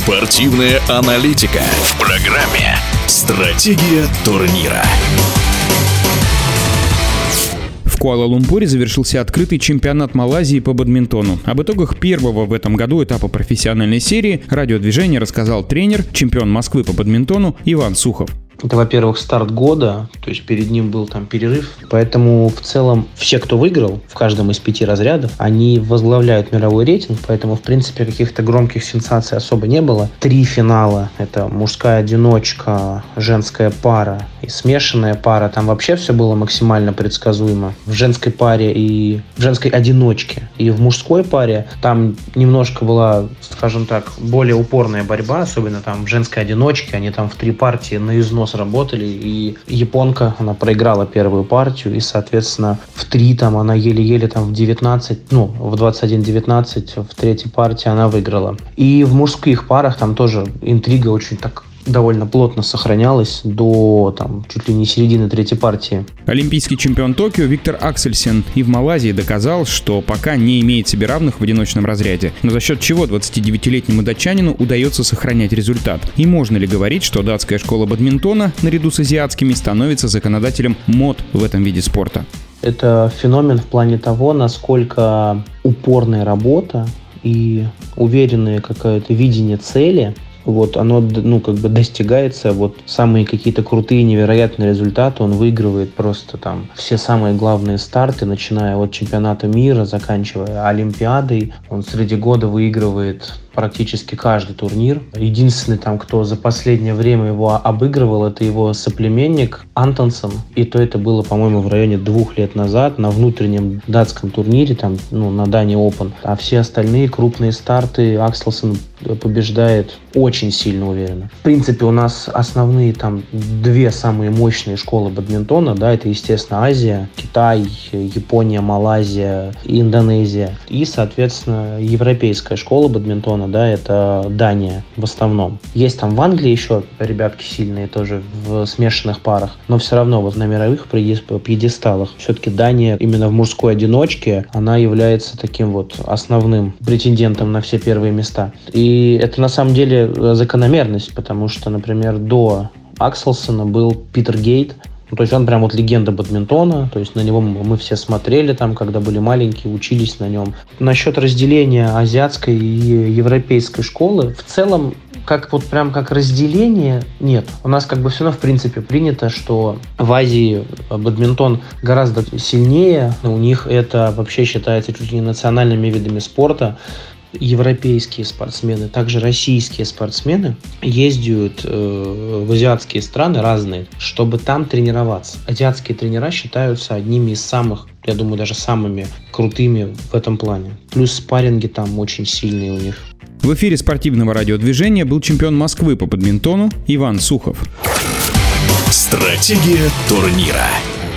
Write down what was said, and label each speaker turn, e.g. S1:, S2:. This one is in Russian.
S1: Спортивная аналитика в программе «Стратегия турнира».
S2: В Куала-Лумпуре завершился открытый чемпионат Малайзии по бадминтону. Об итогах первого в этом году этапа профессиональной серии радиодвижения рассказал тренер, чемпион Москвы по бадминтону Иван Сухов.
S3: Это, во-первых, старт года, то есть перед ним был там перерыв. Поэтому в целом все, кто выиграл в каждом из 5 разрядов, они возглавляют мировой рейтинг. Поэтому, в принципе, каких-то громких сенсаций особо не было. 3 финала. Это мужская одиночка, женская пара и смешанная пара. Там вообще все было максимально предсказуемо. В женской паре и в женской одиночке и в мужской паре там немножко была, скажем так, более упорная борьба. Особенно там в женской одиночке. Они там в 3 партии на износ работали, и японка, она проиграла первую партию, и, соответственно, в 3 там она еле-еле там в 19, в 21-19 в 3-й партии она выиграла. И в мужских парах там тоже интрига очень так довольно плотно сохранялась до чуть ли не середины 3-й партии.
S2: Олимпийский чемпион Токио Виктор Аксельсен и в Малайзии доказал, что пока не имеет себе равных в одиночном разряде. Но за счет чего 29-летнему датчанину удается сохранять результат? И можно ли говорить, что датская школа бадминтона, наряду с азиатскими, становится законодателем мод в этом виде спорта?
S3: Это феномен в плане того, насколько упорная работа и уверенное какое-то видение цели, оно достигается, самые какие-то крутые, невероятные результаты он выигрывает просто все самые главные старты, начиная от чемпионата мира, заканчивая Олимпиадой. Он среди года выигрывает практически каждый турнир. Единственный кто за последнее время его обыгрывал, это его соплеменник Антонсон. И то это было, по-моему, в районе 2 лет назад на внутреннем датском турнире, на Дани Open. А все остальные крупные старты Аксельсен побеждает очень сильно уверенно. В принципе, у нас основные 2 самые мощные школы бадминтона, это, естественно, Азия, Китай, Япония, Малайзия, Индонезия. И, соответственно, европейская школа бадминтона, это Дания в основном. Есть в Англии еще ребятки сильные тоже в смешанных парах, но все равно на мировых пьедесталах все-таки Дания именно в мужской одиночке, она является таким основным претендентом на все первые места. И это на самом деле закономерность, потому что, например, до Аксельсена был Питер Гейт. То есть он прям легенда бадминтона, то есть на него мы все смотрели когда были маленькие, учились на нем. Насчет разделения азиатской и европейской школы, в целом, как разделение нет. У нас все равно, в принципе, принято, что в Азии бадминтон гораздо сильнее, у них это вообще считается чуть ли не национальными видами спорта. Европейские спортсмены, также российские спортсмены ездят в азиатские страны разные, чтобы там тренироваться. Азиатские тренера считаются одними из самых, я думаю, даже самыми крутыми в этом плане. Плюс спарринги там очень сильные у них.
S2: В эфире спортивного радиодвижения был чемпион Москвы по бадминтону Иван Сухов.
S1: Стратегия турнира.